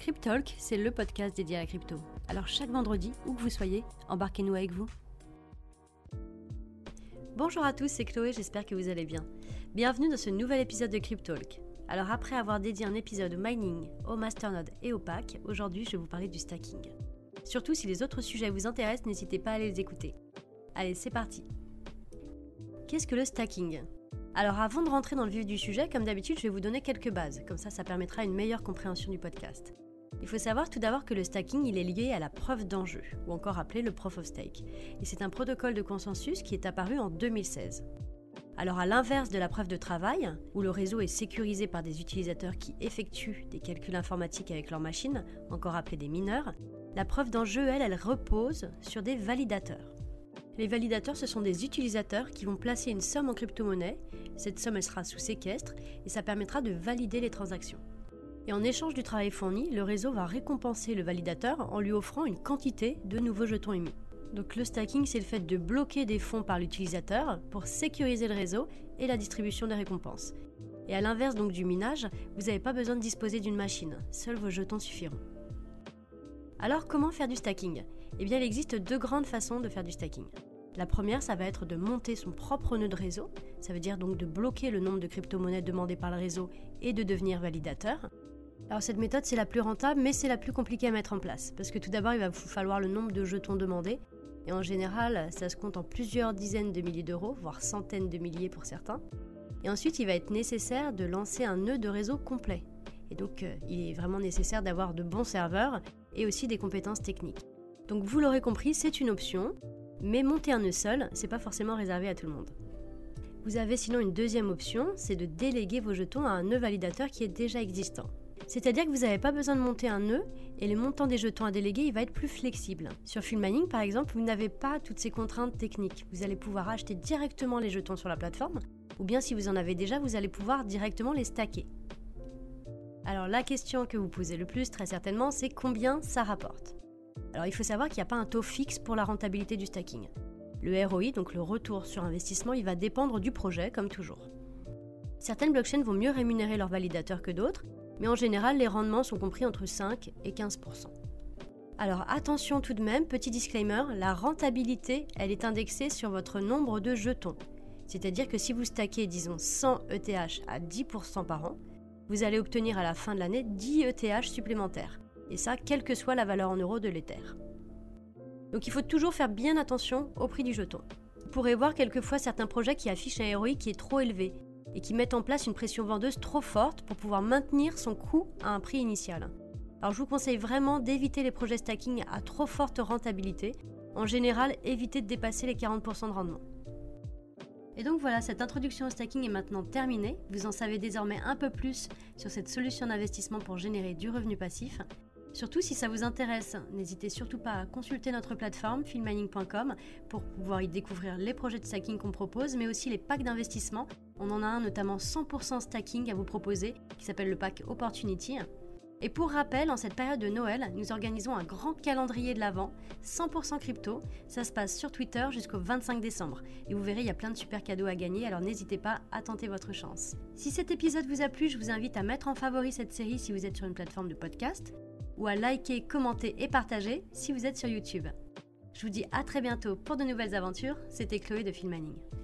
Cryptalk, c'est le podcast dédié à la crypto. Alors chaque vendredi, où que vous soyez, embarquez-nous avec vous. Bonjour à tous, c'est Chloé, j'espère que vous allez bien. Bienvenue dans ce nouvel épisode de Cryptalk. Alors après avoir dédié un épisode au mining, au masternode et au pack, aujourd'hui je vais vous parler du stacking. Surtout si les autres sujets vous intéressent, n'hésitez pas à aller les écouter. Allez, c'est parti. Qu'est-ce que le stacking ? Alors avant de rentrer dans le vif du sujet, comme d'habitude, je vais vous donner quelques bases, comme ça permettra une meilleure compréhension du podcast. Il faut savoir tout d'abord que le stacking il est lié à la preuve d'enjeu, ou encore appelé le proof of stake. Et c'est un protocole de consensus qui est apparu en 2016. Alors à l'inverse de la preuve de travail, où le réseau est sécurisé par des utilisateurs qui effectuent des calculs informatiques avec leur machine, encore appelés des mineurs, la preuve d'enjeu, elle repose sur des validateurs. Les validateurs, ce sont des utilisateurs qui vont placer une somme en crypto-monnaie, cette somme elle sera sous séquestre et ça permettra de valider les transactions. Et en échange du travail fourni, le réseau va récompenser le validateur en lui offrant une quantité de nouveaux jetons émis. Donc le stacking, c'est le fait de bloquer des fonds par l'utilisateur pour sécuriser le réseau et la distribution des récompenses. Et à l'inverse donc du minage, vous n'avez pas besoin de disposer d'une machine, seuls vos jetons suffiront. Alors comment faire du stacking ? Eh bien il existe deux grandes façons de faire du stacking. La première, ça va être de monter son propre nœud de réseau, ça veut dire donc de bloquer le nombre de crypto-monnaies demandées par le réseau et de devenir validateur. Alors cette méthode c'est la plus rentable mais c'est la plus compliquée à mettre en place parce que tout d'abord il va vous falloir le nombre de jetons demandés et en général ça se compte en plusieurs dizaines de milliers d'euros, voire centaines de milliers pour certains. Et ensuite il va être nécessaire de lancer un nœud de réseau complet et donc il est vraiment nécessaire d'avoir de bons serveurs et aussi des compétences techniques. Donc vous l'aurez compris, c'est une option, mais monter un nœud seul, c'est pas forcément réservé à tout le monde. Vous avez sinon une deuxième option, c'est de déléguer vos jetons à un nœud validateur qui est déjà existant. C'est-à-dire que vous n'avez pas besoin de monter un nœud et le montant des jetons à déléguer il va être plus flexible. Sur Filmining par exemple, vous n'avez pas toutes ces contraintes techniques. Vous allez pouvoir acheter directement les jetons sur la plateforme ou bien si vous en avez déjà, vous allez pouvoir directement les stacker. Alors la question que vous posez le plus très certainement, c'est combien ça rapporte. Alors il faut savoir qu'il n'y a pas un taux fixe pour la rentabilité du stacking. Le ROI, donc le retour sur investissement, il va dépendre du projet comme toujours. Certaines blockchains vont mieux rémunérer leurs validateurs que d'autres, mais en général, les rendements sont compris entre 5 et 15%. Alors attention tout de même, petit disclaimer, la rentabilité, elle est indexée sur votre nombre de jetons. C'est-à-dire que si vous stackez, disons, 100 ETH à 10% par an, vous allez obtenir à la fin de l'année 10 ETH supplémentaires. Et ça, quelle que soit la valeur en euros de l'Ether. Donc il faut toujours faire bien attention au prix du jeton. Vous pourrez voir quelquefois certains projets qui affichent un ROI qui est trop élevé, et qui mettent en place une pression vendeuse trop forte pour pouvoir maintenir son coût à un prix initial. Alors je vous conseille vraiment d'éviter les projets stacking à trop forte rentabilité. En général, évitez de dépasser les 40% de rendement. Et donc voilà, cette introduction au stacking est maintenant terminée. Vous en savez désormais un peu plus sur cette solution d'investissement pour générer du revenu passif. Surtout si ça vous intéresse, n'hésitez surtout pas à consulter notre plateforme filmining.com pour pouvoir y découvrir les projets de stacking qu'on propose, mais aussi les packs d'investissement. On en a un notamment 100% stacking à vous proposer qui s'appelle le pack Opportunity. Et pour rappel, en cette période de Noël, nous organisons un grand calendrier de l'Avent, 100% crypto. Ça se passe sur Twitter jusqu'au 25 décembre. Et vous verrez, il y a plein de super cadeaux à gagner, alors n'hésitez pas à tenter votre chance. Si cet épisode vous a plu, je vous invite à mettre en favori cette série si vous êtes sur une plateforme de podcast, ou à liker, commenter et partager si vous êtes sur YouTube. Je vous dis à très bientôt pour de nouvelles aventures. C'était Chloé de Filmining.